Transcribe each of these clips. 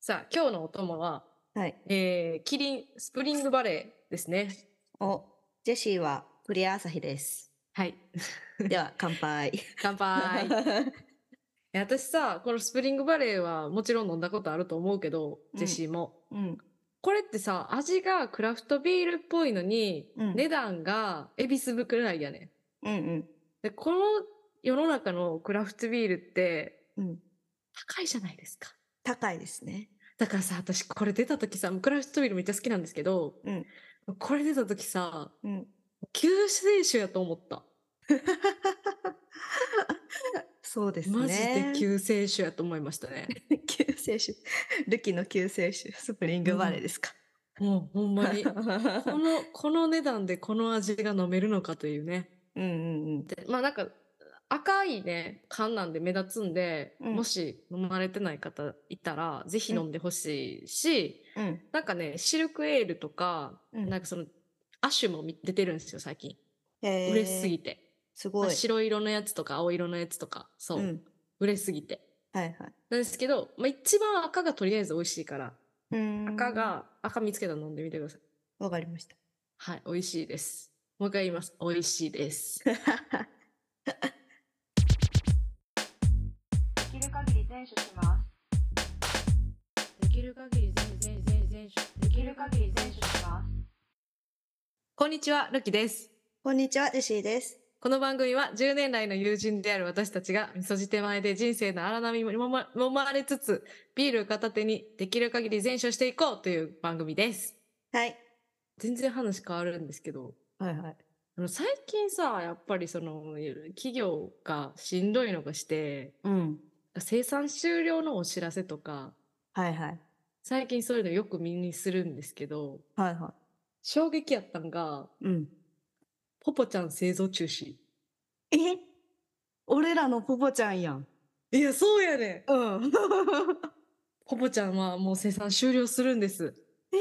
さあ、今日のお供は、 はい。 キリンスプリングバレーですね。 ジェシーはクリア朝日です。 はい。 では、乾杯。 乾杯。私さ、このスプリングバレーはもちろん飲んだことあると思うけど、ジェシーも。これってさ、味がクラフトビールっぽいのに、値段がエビスくらいやね。で、この世の中のクラフトビールって、高いじゃないですか。 高いですね。 だからさ、私これ出た時さ、クラフトビールめっちゃ好きなんですけど、これ出た時さ、救世主やと思った。 そうですね。 マジで救世主やと思いましたね。 救世主。ルキの救世主、スプリングバレーですか。 もうほんまに。この値段でこの味が飲めるのかというね。でまあなんか、赤いね、缶なんで目立つんで、もし飲まれてない方いたら、ぜひ飲んでほしいし、なんかね、シルクエールとか、なんかその、アッシュも出てるんですよ、最近。売れすぎて。 すごい。 白色のやつとか青色のやつとか、そう。売れすぎて。なんですけど、一番赤がとりあえず美味しいから、赤見つけたら飲んでみてください。 わかりました。 はい、美味しいです。もう一回言います。美味しいです。 できる限り善処します。 できる限りできる限り善処します。 こんにちは、ルキです。 こんにちは、ジェシーです。 この番組は10年来の友人である私たちがみそじ手前で人生の荒波に揉まれつつ、ビール片手にできる限り善処していこうという番組です。 はい。 全然話変わるんですけど、最近さ、やっぱりその企業がしんどいのがして、生産終了のお知らせとか、最近そういうのよく耳にするんですけど、衝撃やったんが、ポポちゃん製造中止。 俺らのポポちゃんやん。 いや、そうやね。ポポちゃんはもう生産終了するんです。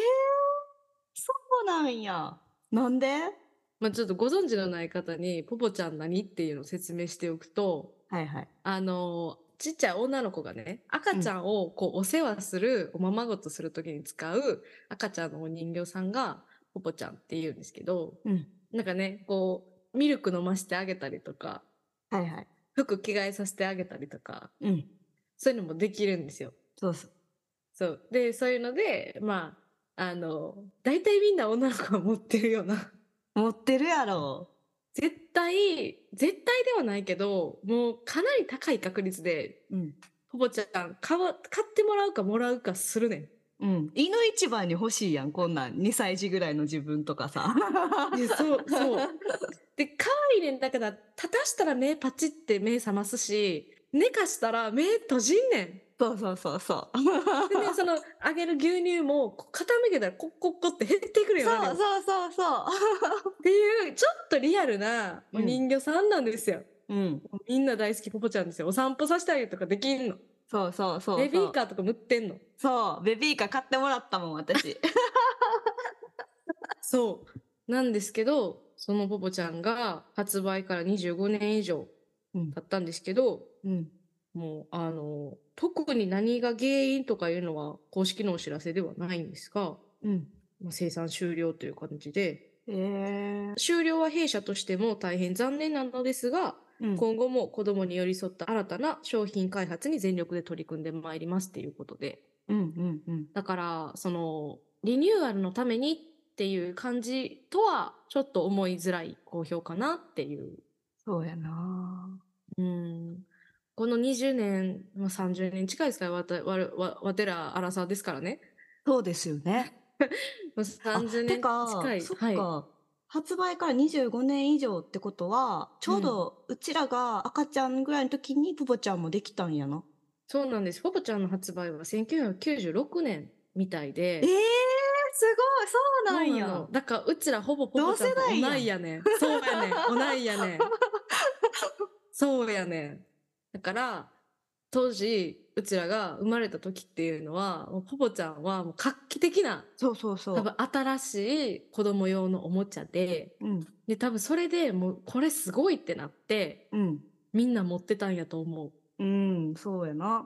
そうなんや。なんで？ ちょっとご存知のない方に、ポポちゃん何っていうのを説明しておくと、ちっちゃい女の子がね、赤ちゃんをこうお世話する、おままごとするときに使う赤ちゃんのお人形さんが、ポポちゃんって言うんですけど、なんかね、こう、ミルク飲ませてあげたりとか、服着替えさせてあげたりとか、そういうのもできるんですよ。そうで、そういうので、大体みんな女の子は持ってるような。 持ってるやろ。 絶対ではないけど、もうかなり高い確率で、ポポちゃん買ってもらうかもらうかするねん。 犬市場に欲しいやん、こんなん。2歳児ぐらいの自分とかさ。 そう。で、可愛いねん。だから、立たしたら目パチって目覚ますし、寝かしたら目閉じんねん。 そう。 でね、その、あげる牛乳も、傾けたらコッコッコって減ってくるよね。 そう。 っていう、ちょっとリアルなお人形さんなんですよ。みんな大好きポポちゃんですよ。お散歩させてあげるとかできんの。 そう。 ベビーカーとか塗ってんの。 そう、ベビーカー買ってもらったもん、私。 そう。なんですけど、そのポポちゃんが発売から25年以上経ったんですけど、もう、特に何が原因とかいうのは公式のお知らせではないんですが、生産終了という感じで、終了は弊社としても大変残念なのですが、今後も子供に寄り添った新たな商品開発に全力で取り組んでまいりますっていうことで。だから、その、リニューアルのためにっていう感じとは、ちょっと思いづらい公表かなっていう。 そうやな。 この20年、30年近いですから、わてらアラサーですからね。 そうですよね。 30年近い。 そっか。発売から25年以上ってことは、ちょうどうちらが赤ちゃんぐらいの時にポポちゃんもできたんやな。 そうなんです。ポポちゃんの発売は1996年みたいで。 すごい、そうなんや。 だからうちらほぼポポちゃんと同いやねん。そうやねん。同いやねん。そうやねん。だから、当時、うちらが生まれた時っていうのは、もうポポちゃんはもう画期的な、多分新しい子供用のおもちゃで、で、多分それでもうこれすごいってなって、みんな持ってたんやと思う。 そうやな。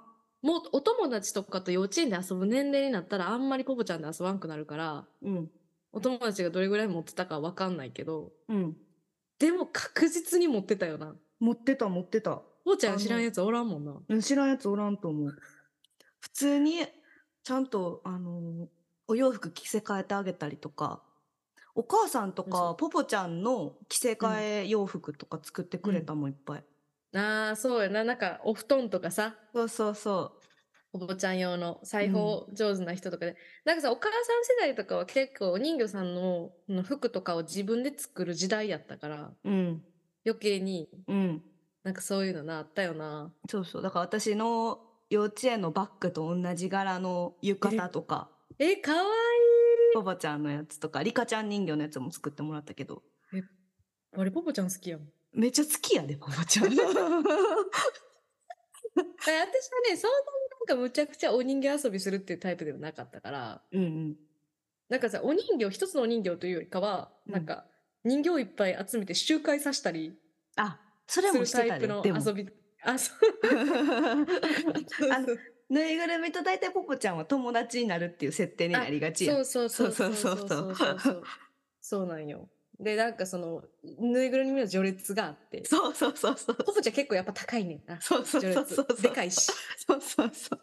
もうお友達とかと幼稚園で遊ぶ年齢になったらあんまりポポちゃんで遊ばんくなるから、 うん。 お友達がどれぐらい持ってたかわかんないけど、 うん。 でも確実に持ってたよな。 持ってた。 ポポちゃん知らんやつおらんもんな。 知らんやつおらんと思う。普通に、ちゃんと、お洋服着せ替えてあげたりとか、お母さんとか、ポポちゃんの着せ替え洋服とか作ってくれたもん、いっぱい。 ああ、そうやな。なんか、お布団とかさ、 そうそうそポポちゃん用の裁縫上手な人とかで。なんかさ、お母さん世代とかは結構お人形さんの服とかを自分で作る時代やったから、 う。うん。 余計にうん。 なんかそういうのな、あったよな。 そうそう。だから私の幼稚園のバッグと同じ柄の浴衣とか、 かわいポポちゃんのやつとか、リカちゃん人形のやつも作ってもらったけど、 い。あれ、ポポちゃん好きやん。 めっちゃ好きやで、ポポちゃん。 私はね、そんなになんかむちゃくちゃお人形遊びするっていうタイプではなかったから、 うんうん。 なんかさ、お人形、一つのお人形というよりかは、なんか、人形いっぱい集めて集会させたりあ、それするもしてたで、 タイプのでも。 遊び。あ、そう。 ぬいぐるみと大体ポポちゃんは友達になるっていう設定になりがちやん。 そうそうなんよ。で、なんかその、ぬいぐるみの序列があって、 そうそうそうそう。 ポポちゃん結構やっぱ高いねんな。 そうそうそうそう。 でかいし。 そうそうそう。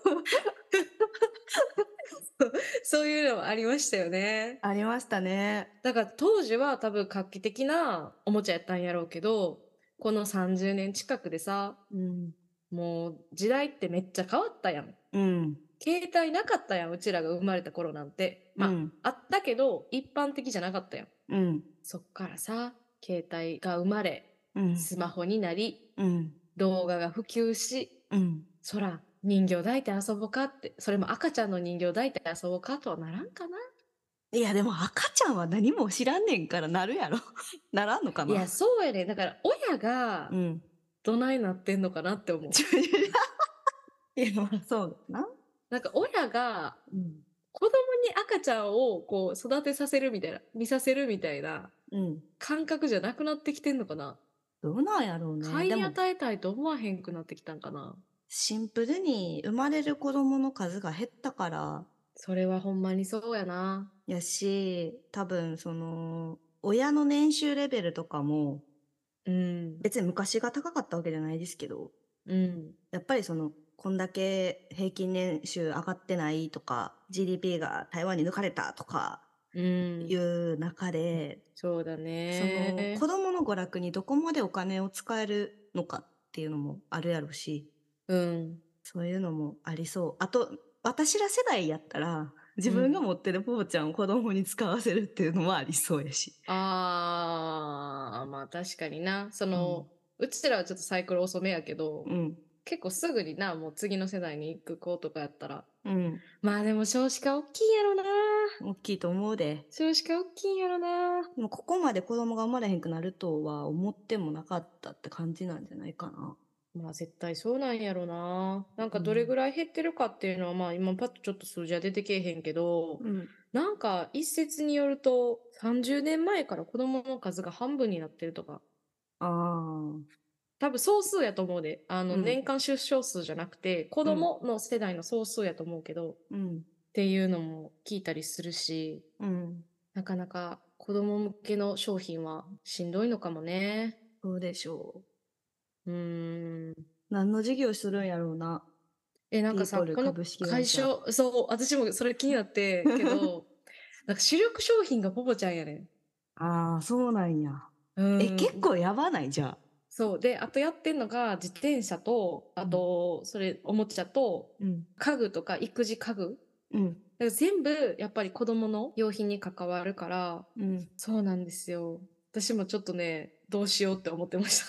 そういうのもありましたよね。 ありましたね。 だから当時は多分画期的なおもちゃやったんやろうけど、この30年近くでさ、もう時代ってめっちゃ変わったやん。携帯なかったやん、うちらが生まれた頃なんて。まあ、あったけど、一般的じゃなかったやん。そっからさ、携帯が生まれ、スマホになり、動画が普及し、そら、人形抱いて遊ぼうかって、それも赤ちゃんの人形抱いて遊ぼうかとはならんかな。 いや、でも赤ちゃんは何も知らんねんからなるやろ。ならんのかな。 いや、そうやね。だから親がどないなってんのかなって思う。 いや、まあそうだな。 なんか親が子供に赤ちゃんをこう育てさせるみたいな、見させるみたいな感覚じゃなくなってきてんのかな。 どうなんやろうね。 買い与えたいと思わへんくなってきたんかな。 シンプルに生まれる子供の数が減ったから。 それはほんまにそうやな。 やし、多分その、親の年収レベルとかも、別に昔が高かったわけじゃないですけど、やっぱりその、こんだけ平均年収上がってないとか、GDP が台湾に抜かれたとか、いう中で、 そうだね。 その子供の娯楽にどこまでお金を使えるのかっていうのもあるやろうし、そういうのもありそう。あと、私ら世代やったら、自分が持ってるポポちゃんを子供に使わせるっていうのもありそうやし。 まあ確かにな。その、うちらはちょっとサイクル遅めやけど、結構すぐにな、もう次の世代に行く子とかやったら。まあでも少子化大きいやろな。 大きいと思うで。 少子化大きいやろな。 でもここまで子供が生まれへんくなるとは思ってもなかったって感じなんじゃないかな。 まあ絶対そうなんやろな。なんかどれぐらい減ってるかっていうのは、まあ今パッとちょっと数字は出てけえへんけど、なんか一説によると30年前から子供の数が半分になってるとか。多分総数やと思うで。年間出生数じゃなくて、子供の世代の総数やと思うけど、っていうのも聞いたりするし、なかなか子供向けの商品はしんどいのかもね。 そうでしょう。 何の事業するんやろうな。 なんかさ、この会社、そう、私もそれ気になってけど、なんか主力商品がポポちゃんやねん。 ああ、そうなんや。結構やばないじゃあ。 そう。で、あとやってんのが自転車と、あと、おもちゃと、家具とか育児家具。だから全部、やっぱり子供の用品に関わるから、そうなんですよ。私もちょっとね、どうしようって思ってました。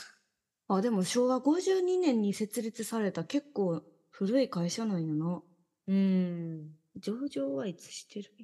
でも昭和52年に設立された結構古い会社なんやな。上場はいつしてる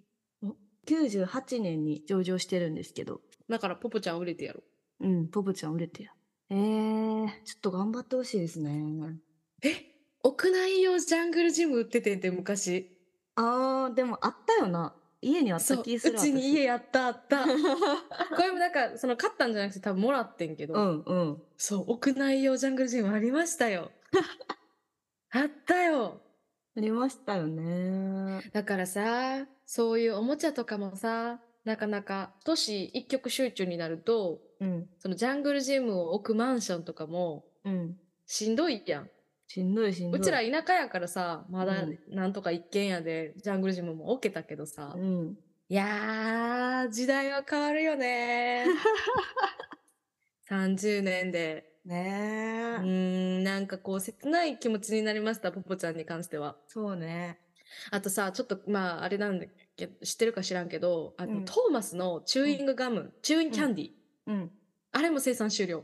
？98年に上場してるんですけど。 だからポポちゃん売れてやろ。 ポポちゃん売れてや。ちょっと頑張ってほしいですね。 屋内用ジャングルジム売っててんて昔。 でもあったよな。家にあった気する。 うちに家あった。これもなんか、買ったんじゃなくて多分もらってんけど。そう、屋内用ジャングルジムありましたよ。 あったよ。 ありましたよね。 だからさ、そういうおもちゃとかもさ、なかなか都市一極集中になると、そのジャングルジムを置くマンションとかもしんどいやん。 しんどいしんどい。 うちら田舎やからさ、まだなんとか一軒家でジャングルジムも置けたけどさ、いやー、時代は変わるよね。30年で。 ねなんかこう切ない気持ちになりました、ポポちゃんに関しては。 そうね。 あとさ、ちょっとまああれなんだけど、知ってるか知らんけど、トーマスのチューイングガム、チューインキャンディ、あれも生産終了。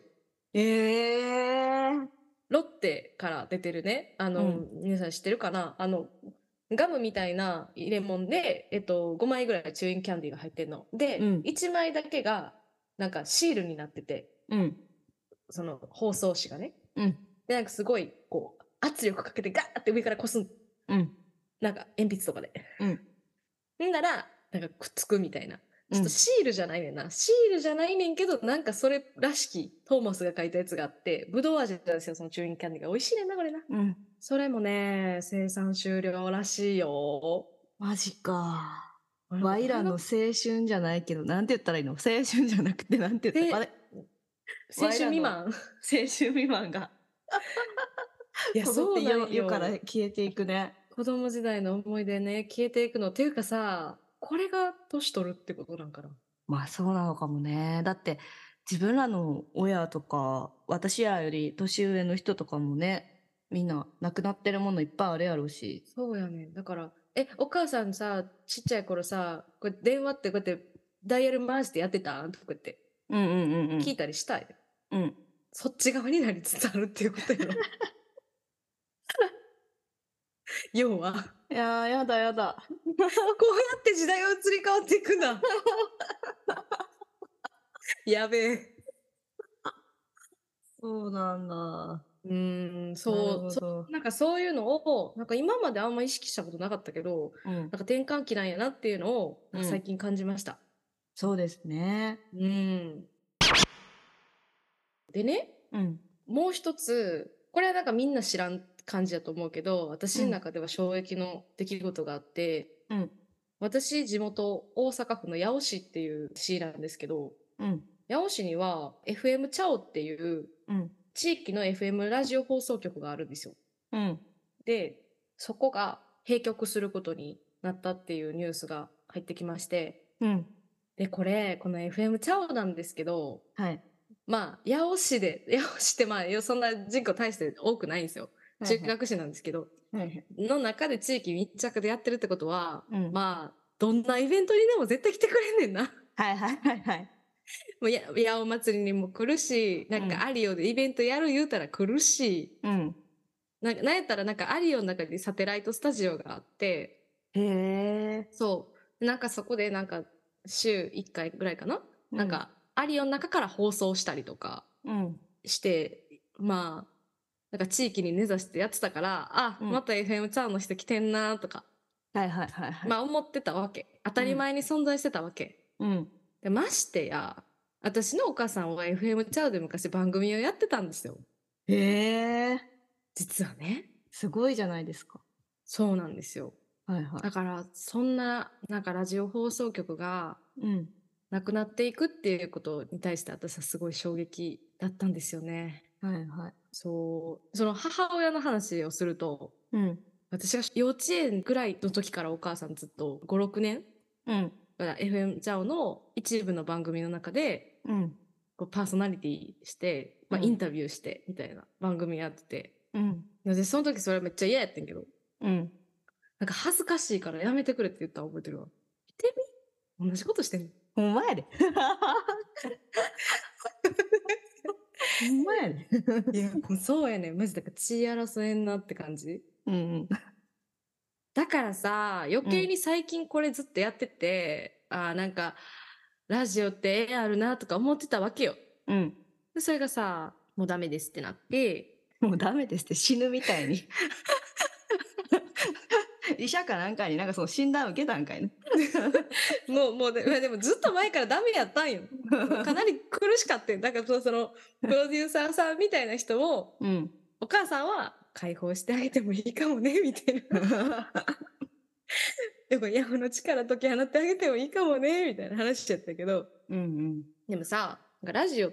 ロッテから出てるね、皆さん知ってるかな、ガムみたいな入れ物で、5枚ぐらいチューインキャンディが入ってんの。で、1枚だけが、なんかシールになってて、その包装紙がね。で、なんかすごい、こう、圧力かけてガーって上からこすん。なんか鉛筆とかで。んなら、なんかくっつくみたいな。ちょっとシールじゃないねんな。シールじゃないねんけど、なんかそれらしきトーマスが書いたやつがあって、ぶどう味なんですよ、そのチューインキャンディが。美味しいねんな、これな。それもね、生産終了らしいよ。 マジか。ワイらの青春じゃないけど、なんて言ったらいいの？青春じゃなくて、なんて言ったら青春未満。 青春未満が。 いや、そうなんよ。 世から消えていくね。 子供時代の思い出ね、消えていくの。っていうかさ、これが年取るってことなんかな。 まあそうなのかもね。だって自分らの親とか私らより年上の人とかもね、みんな亡くなってるものいっぱいあるやろうし。 そうやね。だから、お母さんさ、ちっちゃい頃さ、これ電話ってこうやってダイヤル回してやってたとか言って、聞いたりしたい。そっち側になりつつあるっていうことやろ。要は。 いやー、やだやだ。 こうやって時代が移り変わっていくんだ。やべえ。 そうなんだ。 そう、なんかそういうのを、なんか今まであんま意識したことなかったけど、なんか転換期なんやなっていうのを、なんか最近感じました。 そうですね。 でね、もう一つ、これはなんかみんな知らん感じだと思うけど、私の中では衝撃の出来事があって、私地元大阪府の八尾市っていう市なんですけど、八尾市には FM チャオっていう地域の FM ラジオ放送局があるんですよ。で、そこが閉局することになったっていうニュースが入ってきまして、で、この FM チャオなんですけど、まあ、八尾市ってまあ、そんな人口大して多くないんですよ。中学市なんですけど、の中で地域密着でやってるってことは、まあ、どんなイベントにでも絶対来てくれんねんな。もう八尾祭りにも来るし、なんかアリオでイベントやる言うたら来るし、なんやったらなんかアリオの中にサテライトスタジオがあって、そう。なんかそこでなんか週1回ぐらいかな、なんかアリオの中から放送したりとかして、まあ、なんか地域に根ざしてやってたから、また FM チャンの人来てんなとか、まあ思ってたわけ。当たり前に存在してたわけ。でましてや、私のお母さんは FM チャウで昔番組をやってたんですよ。実はね。 すごいじゃないですか。 そうなんですよ。だからそんななんかラジオ放送局がなくなっていくっていうことに対して私はすごい衝撃だったんですよね。その母親の話をすると、私が幼稚園ぐらいの時からお母さんずっと5、6年、FM チャオの一部の番組の中で、こうパーソナリティして、まあ、インタビューしてみたいな番組やってて、でその時それめっちゃ嫌やってんけど、なんか恥ずかしいからやめてくれって言ったら覚えてるわ。見てみ、同じことしてんの。 ほんまやで。ほんまやで。 いや、そうやねん。マジだから血争えんなって感じ。だからさ、余計に最近これずっとやってて、なんか、ラジオってあるなとか思ってたわけよ。でそれがさ、もうダメですってなって。 もうダメですって死ぬみたいに。医者かなんかになんかその診断受けたんかいね。 もうでもずっと前からダメやったんよ。かなり苦しかったん。だからそのプロデューサーさんみたいな人も、お母さんは解放してあげてもいいかもね、みたいな。でも山の力解き放ってあげてもいいかもね、みたいな話しちゃったけど。 うんうん。 でもさ、ラジオって、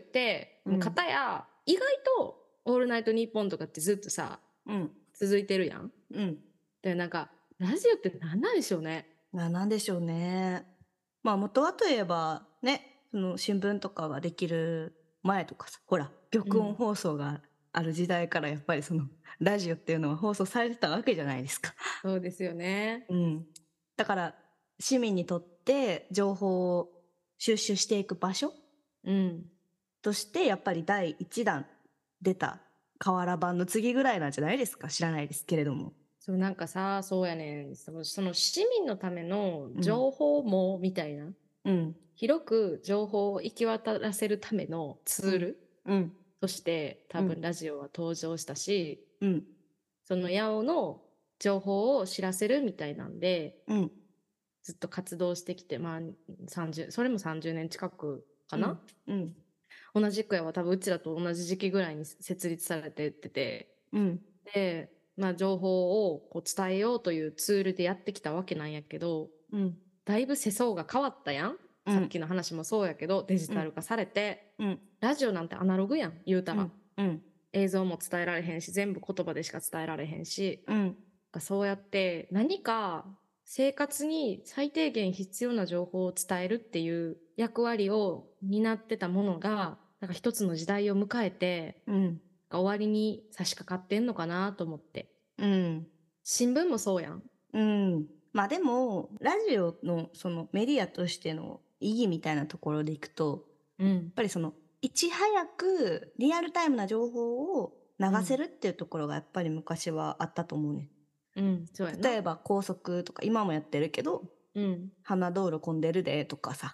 うん片や、意外と、オールナイトニッポンとかってずっとさ、続いてるやん。で、なんか、ラジオって何なんでしょうね。 なんでしょうね。まあ、元はといえば、ね、その新聞とかができる前とかさ、ほら、玉音放送がある時代からやっぱりその、ラジオっていうのは放送されてたわけじゃないですか。 そうですよね。 だから、市民にとって情報を収集していく場所として、やっぱり第1弾出た瓦版の次ぐらいなんじゃないですか。知らないですけれども。 そう、なんかさ、そうやねん。その市民のための情報網みたいな、広く情報を行き渡らせるためのツールとして多分ラジオは登場したし、その八尾の情報を知らせるみたいなんで、ずっと活動してきて、まあそれも30年近くかな、同じくやは多分うちらと同じ時期ぐらいに設立されてってて、で、まあ情報をこう伝えようというツールでやってきたわけなんやけど、だいぶ世相が変わったやん。さっきの話もそうやけど、デジタル化されて、ラジオなんてアナログやん、言うたら。映像も伝えられへんし、全部言葉でしか伝えられへんし、そうやって何か生活に最低限必要な情報を伝えるっていう役割を担ってたものが、なんか一つの時代を迎えて、終わりに差し掛かってんのかなと思って。新聞もそうやん。 まあでも、ラジオのそのメディアとしての意義みたいなところでいくと、やっぱりその、いち早くリアルタイムな情報を流せるっていうところがやっぱり昔はあったと思うね。 そうやな。 例えば高速とか今もやってるけど、花道路混んでるでとかさ。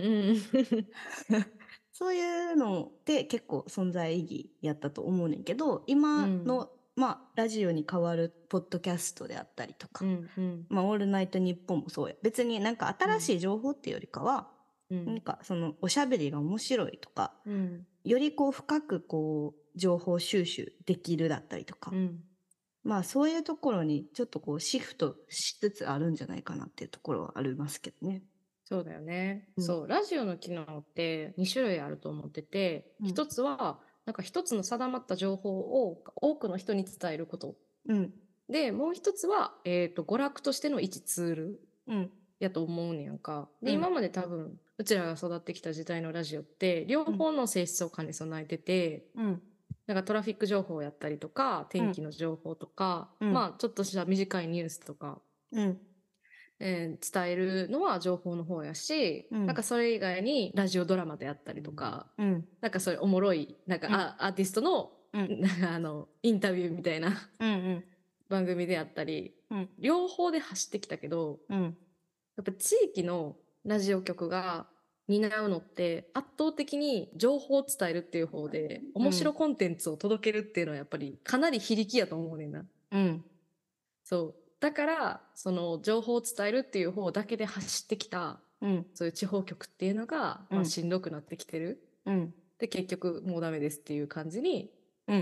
そういうのって結構存在意義やったと思うねんけど、今の、まあラジオに代わるポッドキャストであったりとか、まあオールナイトニッポンもそうや。別になんか新しい情報っていうよりかは、なんかそのおしゃべりが面白いとか、よりこう深くこう情報収集できるだったりとか、まあそういうところにちょっとこうシフトしつつあるんじゃないかなっていうところはありますけどね。 そうだよね。そう、ラジオの機能って2種類あると思ってて、一つはなんか一つの定まった情報を多くの人に伝えること。で、もう一つは、娯楽としての一ツールやと思うねやんか。で、今まで多分うちらが育ってきた時代のラジオって両方の性質を兼ね備えてて、なんかトラフィック情報やったりとか、天気の情報とか、まあちょっとした短いニュースとか、伝えるのは情報の方やし、なんかそれ以外にラジオドラマであったりとか、なんかそれおもろい、なんかアーティストの、なんかインタビューみたいな番組であったり、両方で走ってきたけど、やっぱ地域のラジオ局が担うのって圧倒的に情報を伝えるっていう方で、面白コンテンツを届けるっていうのはやっぱりかなり非力やと思うねんな。そう。だから、その情報を伝えるっていう方だけで走ってきた、そういう地方局っていうのが、まあ、しんどくなってきてる。で、結局もうダメですっていう感じに。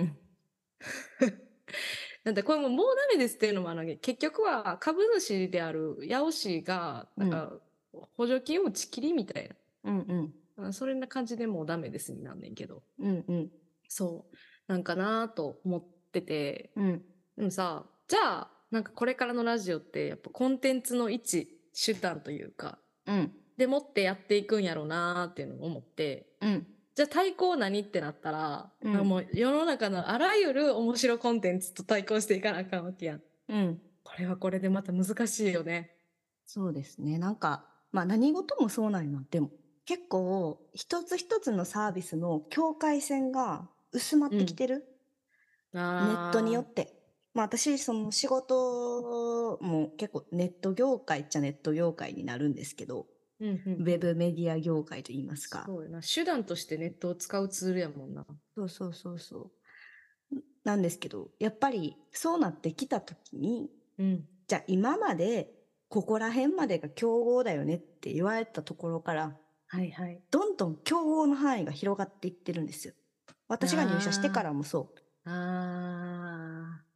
なんだこれもうダメですっていうのも結局は株主である八尾市が、なんか、補助金を打ち切りみたいな。それな感じでもうダメですになんねんけど。そう。なんかなと思ってて。でもさ、じゃあ、なんかこれからのラジオってやっぱコンテンツの一手段というか、でもってやっていくんやろうなーっていうのを思って、じゃあ対抗何ってなったら、もう世の中のあらゆる面白コンテンツと対抗していかなあかんわけやん。これはこれでまた難しいよね。 そうですね。なんか、まあ何事もそうなんよ。でも結構一つ一つのサービスの境界線が薄まってきてる。ネットによって。まあ私、その仕事も結構ネット業界っちゃネット業界になるんですけど、ウェブメディア業界といいますか。 そうやな。手段としてネットを使うツールやもんな。 そう。なんですけど、やっぱりそうなってきたときに、じゃあ今までここら辺までが競合だよねって言われたところから、どんどん競合の範囲が広がっていってるんですよ。私が入社してからもそう。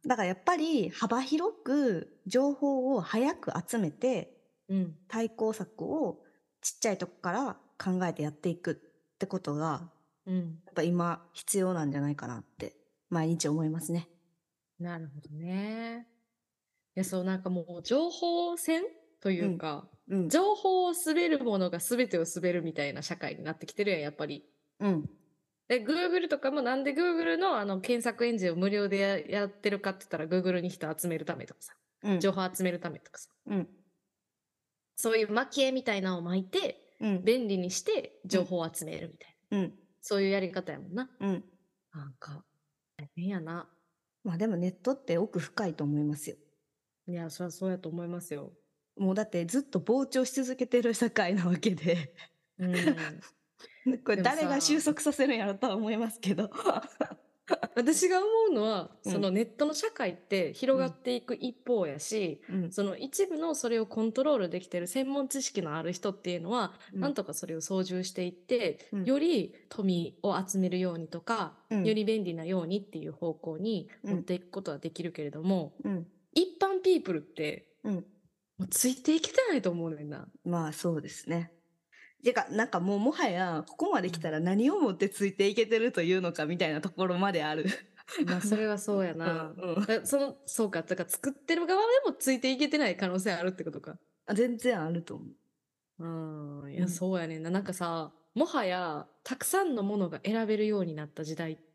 だからやっぱり幅広く情報を早く集めて、対抗策をちっちゃいとこから考えてやっていくってことが、やっぱ今必要なんじゃないかなって毎日思いますね。 なるほどね。いや、そうなんかもう情報戦というか、情報を滑るものが全てを滑るみたいな社会になってきてるやん、やっぱり。で、Google とかもなんで Google の検索エンジンを無料でやってるかって言ったら Google に人集めるためとかさ、情報集めるためとかさ、そういう蒔絵みたいなのを巻いて、便利にして情報を集めるみたいな。そういうやり方やもんな。なんか、大変やな。 まあでもネットって奥深いと思いますよ。 いや、そりゃそうやと思いますよ。 もうだってずっと膨張し続けてる社会なわけで。これ誰が収束させるんやろとは思いますけど。 私が思うのは、そのネットの社会って広がっていく一方やし、その一部のそれをコントロールできてる専門知識のある人っていうのは、なんとかそれを操縦していって、より富を集めるようにとか、より便利なようにっていう方向に持っていくことはできるけれども、一般ピープルって、もうついていけてないと思うねんな。 まあそうですね。てか、なんかもはや、ここまで来たら何をもってついていけてるというのかみたいなところまである。 まあ、それはそうやな。そうか。だから作ってる側でもついていけてない可能性あるってことか。 全然あると思う。いや、そうやねんな。なんかさ、もはや、たくさんのものが選べるようになった時代って、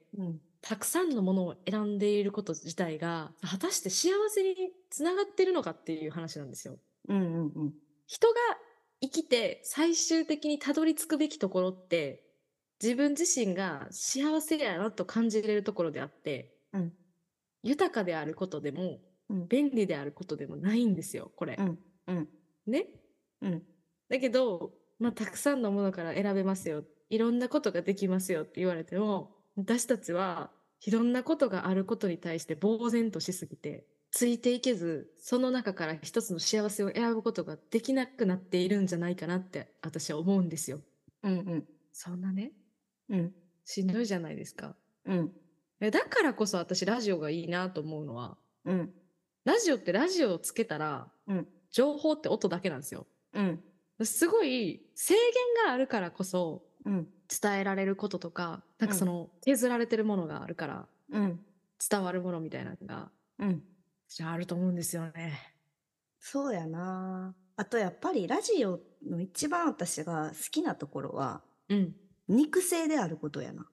たくさんのものを選んでいること自体が、果たして幸せにつながってるのかっていう話なんですよ。人が生きて最終的にたどり着くべきところって、自分自身が幸せやなと感じれるところであって、豊かであることでも、便利であることでもないんですよ、これ。ね、だけど、まあ、たくさんのものから選べますよ。いろんなことができますよって言われても、私たちはいろんなことがあることに対して呆然としすぎて、ついていけず、その中から一つの幸せを選ぶことができなくなっているんじゃないかなって私は思うんですよ。そんなね、しんどいじゃないですか。だからこそ私ラジオがいいなと思うのは、ラジオってラジオをつけたら、情報って音だけなんですよ。すごい制限があるからこそ、伝えられることとか、なんかその削られてるものがあるから、伝わるものみたいなのが、じゃああると思うんですよね。 そうやな。あとやっぱりラジオの一番私が好きなところは、肉声であることやな。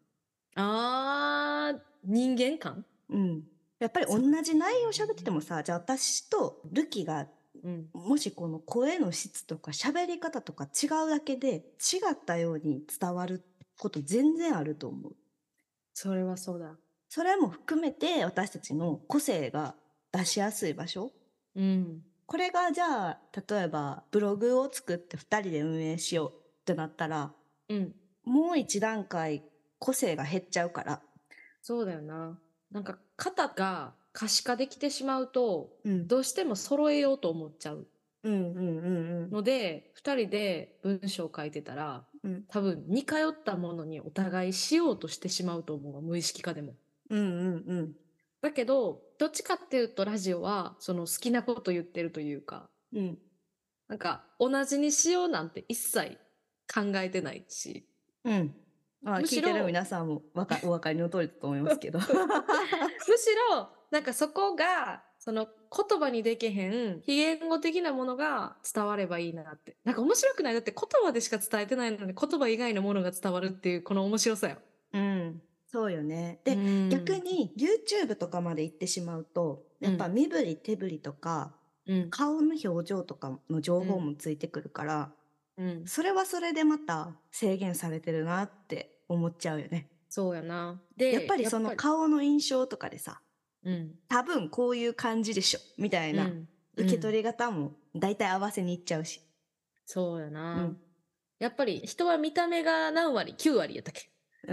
人間感？ やっぱり同じ内容喋っててもさ、じゃあ私とルキが、もしこの声の質とか喋り方とか違うだけで違ったように伝わること全然あると思う。 それはそうだ。 それも含めて私たちの個性が出しやすい場所。これがじゃあ例えばブログを作って2人で運営しようってなったら、もう一段階個性が減っちゃうから。 そうだよな。なんか型が可視化できてしまうと、どうしても揃えようと思っちゃうので、2人で文章を書いてたら、多分似通ったものにお互いしようとしてしまうと思う、無意識化でも。だけどどっちかっていうとラジオはその好きなこと言ってるというか、なんか同じにしようなんて一切考えてないし、 聞いてる皆さんもお分かりの通りだと思いますけどむしろなんかそこがその言葉にできへん非言語的なものが伝わればいいなって。なんか面白くない？だって言葉でしか伝えてないのに言葉以外のものが伝わるっていうこの面白さよ。 そうよね。で、逆に YouTube とかまで行ってしまうと、やっぱ身振り手振りとか、顔の表情とかの情報もついてくるから、それはそれでまた制限されてるなって思っちゃうよね。 そうやな。 で、やっぱりその顔の印象とかでさ、多分こういう感じでしょみたいな受け取り方も大体合わせにいっちゃうし。 そうやな。やっぱり人は見た目が何割 ?9 割やったっけ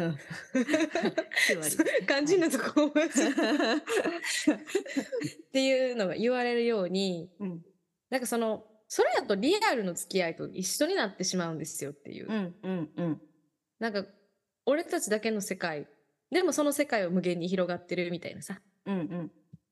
？9割。肝心なとこっていうのが言われるように、なんかそれやとリアルの付き合いと一緒になってしまうんですよっていう。なんか俺たちだけの世界でもその世界は無限に広がってるみたいなさ。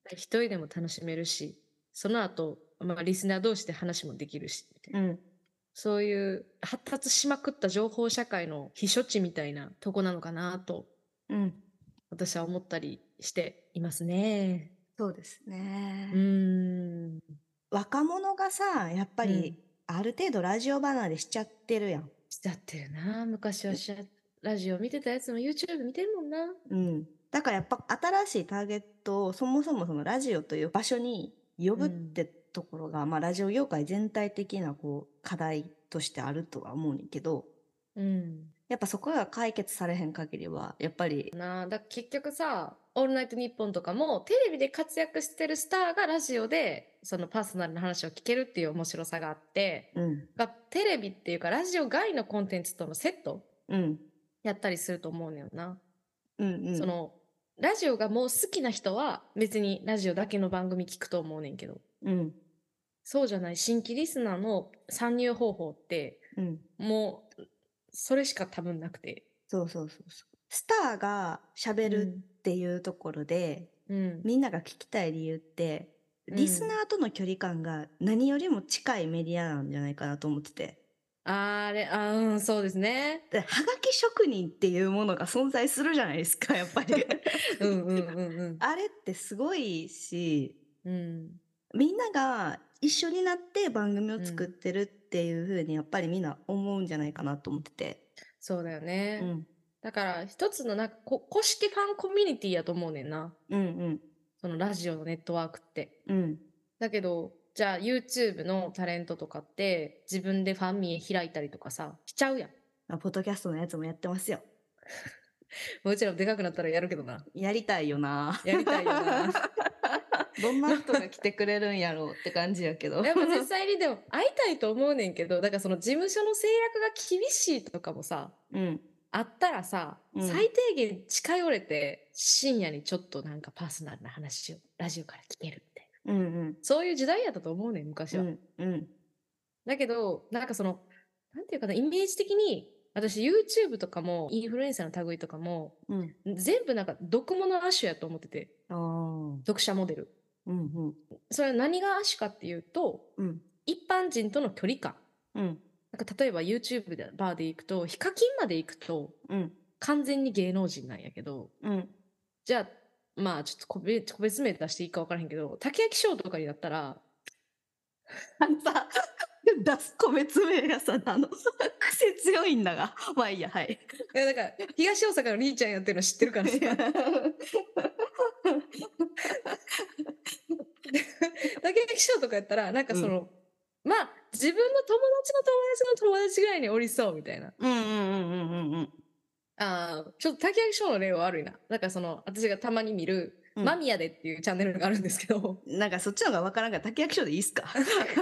一人でも楽しめるし、その後、リスナー同士で話もできるし、みたいな。そういう発達しまくった情報社会の避暑地みたいなとこなのかなと、私は思ったりしていますね。 そうですね。若者がさ、やっぱり、ある程度ラジオ離れしちゃってるやん。 しちゃってるな。昔はラジオ見てたやつも YouTube 見てるもんな。 だからやっぱ新しいターゲットをそもそもそのラジオという場所に呼ぶってところが、ラジオ業界全体的な課題としてあるとは思うねんけど、やっぱそこが解決されへん限りはやっぱりだ結局さ、オールナイトニッポンとかもテレビで活躍してるスターがラジオでそのパーソナルな話を聞けるっていう面白さがあって、テレビっていうかラジオ外のコンテンツとのセット、やったりすると思うのよな。そのラジオがもう好きな人は別にラジオだけの番組聞くと思うねんけど、そうじゃない新規リスナーの参入方法って、もうそれしか多分なくて。 そうスターが喋るっていうところで、みんなが聞きたい理由って、リスナーとの距離感が何よりも近いメディアなんじゃないかなと思ってて。 そうですね。 はがき職人っていうものが存在するじゃないですか、やっぱり。あれってすごいし、みんなが一緒になって番組を作ってるっていう風にやっぱりみんな思うんじゃないかなと思ってて。 そうだよね。だから一つの公式ファンコミュニティやと思うねんな。そのラジオのネットワークって。だけど、じゃあ YouTube のタレントとかって自分でファンミ開いたりとかさ、しちゃうやん。 ポッドキャストのやつもやってますよ。 もちろんでかくなったらやるけどな。 やりたいよな。 やりたいよな。 どんな人が来てくれるんやろうって感じやけど。 でも実際にでも会いたいと思うねんけど、だからその事務所の制約が厳しいとかもさ、あったらさ、最低限近寄れて深夜にちょっとなんかパーソナルな話をラジオから聞けるみたいな。そういう時代やったと思うねん、昔は。だけど、なんかその、なんていうかな、イメージ的に、私 YouTube とかも、インフルエンサーの類とかも、全部なんか読モの亜種やと思ってて。読者モデル。それは何が亜種かっていうと、一般人との距離感。なんか例えば YouTube でバーで行くと、ヒカキンまで行くと、完全に芸能人なんやけど、じゃあ、ちょっと個別名出していいか分からへんけど、竹焼賞とかになったら、 出す個別名がさ、癖強いんだが。まあいいや、はい。 だから、東大阪のりーちゃんやってるの知ってるからさ。竹焼賞とかやったら、なんかその、自分の友達の友達ぐらいにおりそうみたいな。ちょっと竹焼賞の例は悪いな。だからその、私がたまに見る、マミヤでっていうチャンネルがあるんですけど。 なんかそっちの方がわからんから竹焼賞でいいっすか？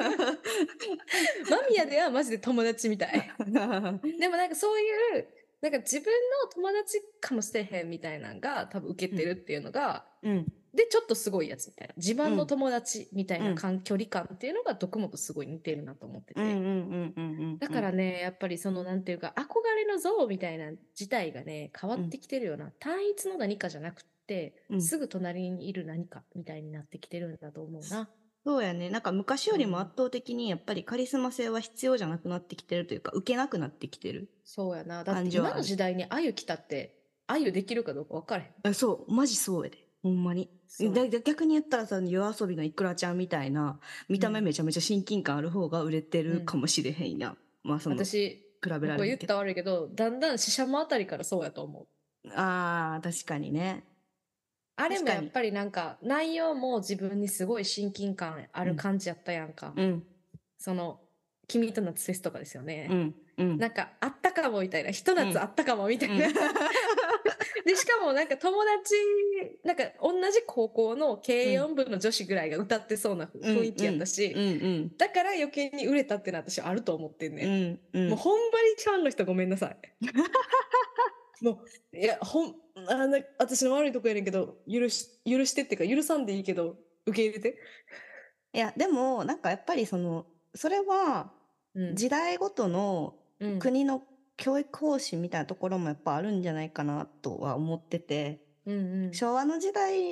マミヤではマジで友達みたい。でもなんかそういう、なんか自分の友達かもしれへんみたいなのが多分受けてるっていうのが、で、ちょっとすごいやつみたいな。自慢の友達みたいな距離感っていうのが読モとすごい似てるなと思ってて。だからね、やっぱりそのなんていうか、憧れの像みたいな自体がね、変わってきてるような。単一の何かじゃなくて、すぐ隣にいる何かみたいになってきてるんだと思うな。 そうやね。なんか昔よりも圧倒的にやっぱりカリスマ性は必要じゃなくなってきてるというか、受けなくなってきてる。 そうやな。だって今の時代にあゆ来たって、あゆできるかどうか分からへん。 そう、マジそうやで。ほんまに。逆に言ったらさ、夜遊びのいくらちゃんみたいな、見た目めちゃめちゃ親近感ある方が売れてるかもしれへんや。 私、比べられる。これ言ったら悪いけど、だんだんシシャモあたりからそうやと思う。 確かにね。 あれもやっぱりなんか内容も自分にすごい親近感ある感じやったやんか。その君と夏フェスとかですよね。なんかあったかもみたいな、ひと夏あったかもみたいな。でしかもなんか友達なんか同じ高校の軽音部の女子ぐらいが歌ってそうな雰囲気やったし、だから余計に売れたってのは私あると思ってんね。もうほんまにファンの人ごめんなさい。もういや私の悪いとこやねんけど許してっていうか許さんでいいけど受け入れて。 いやでもなんかやっぱりそれは時代ごとの国の教育方針みたいなところもやっぱあるんじゃないかなとは思ってて、昭和の時代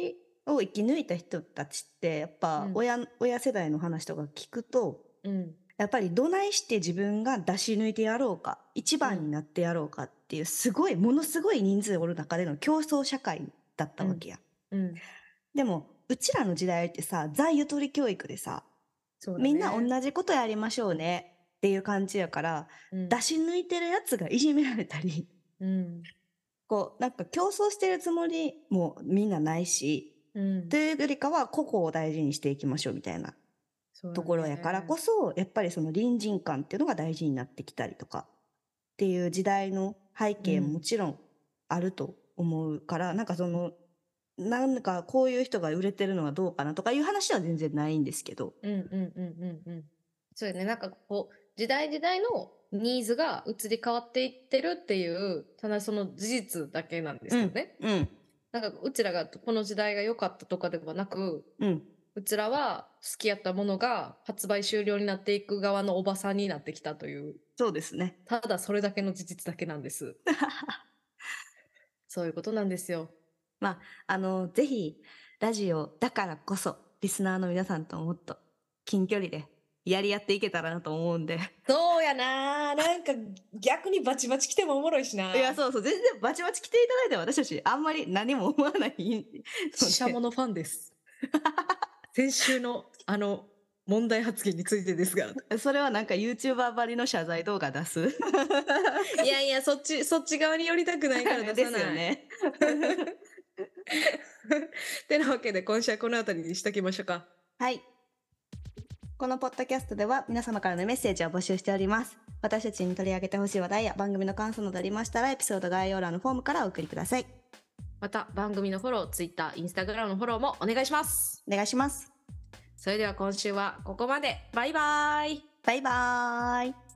を生き抜いた人たちってやっぱ親世代の話とか聞くと、やっぱりどないして自分が出し抜いてやろうか、一番になってやろうかっていうものすごい人数おる中での競争社会だったわけや。でもうちらの時代ってさ、ザ・ゆとり教育でさ、みんな同じことやりましょうねっていう感じやから、出し抜いてるやつがいじめられたり、こうなんか競争してるつもりもみんなないし、というよりかは個々を大事にしていきましょうみたいなところやからこそ、やっぱりその隣人感っていうのが大事になってきたりとかっていう時代の背景ももちろんあると思うから、なんかなんかこういう人が売れてるのはどうかなとかいう話は全然ないんですけど。 そうよね。なんかこう時代のニーズが移り変わっていってるっていう、ただその事実だけなんですよね。なんかうちらがこの時代が良かったとかではなく、うちらは好きやったものが発売終了になっていく側のおばさんになってきたという。 そうですね。 ただそれだけの事実だけなんです。そういうことなんですよ。 まあ、ぜひラジオだからこそリスナーの皆さんともっと近距離でやり合っていけたらなと思うんで。 そうやな。なんか逆にバチバチ来てもおもろいしな。 いや、そう全然バチバチ来ていただいて私たちあんまり何も思わないししゃものファンです。先週の問題発言についてですが。 それはなんか YouTuber ばりの謝罪動画出すいやいや、そっち側に寄りたくないから出さない。 ですよね。 てなわけで今週はこの辺りにしときましょうか。 はい。このポッドキャストでは皆様からのメッセージを募集しております。私たちに取り上げてほしい話題や番組の感想などありましたらエピソード概要欄のフォームからお送りください。 また番組のフォロー、Twitter、Instagram のフォローもお願いします。 お願いします。 それでは今週はここまで。バイバイ。 バイバーイ。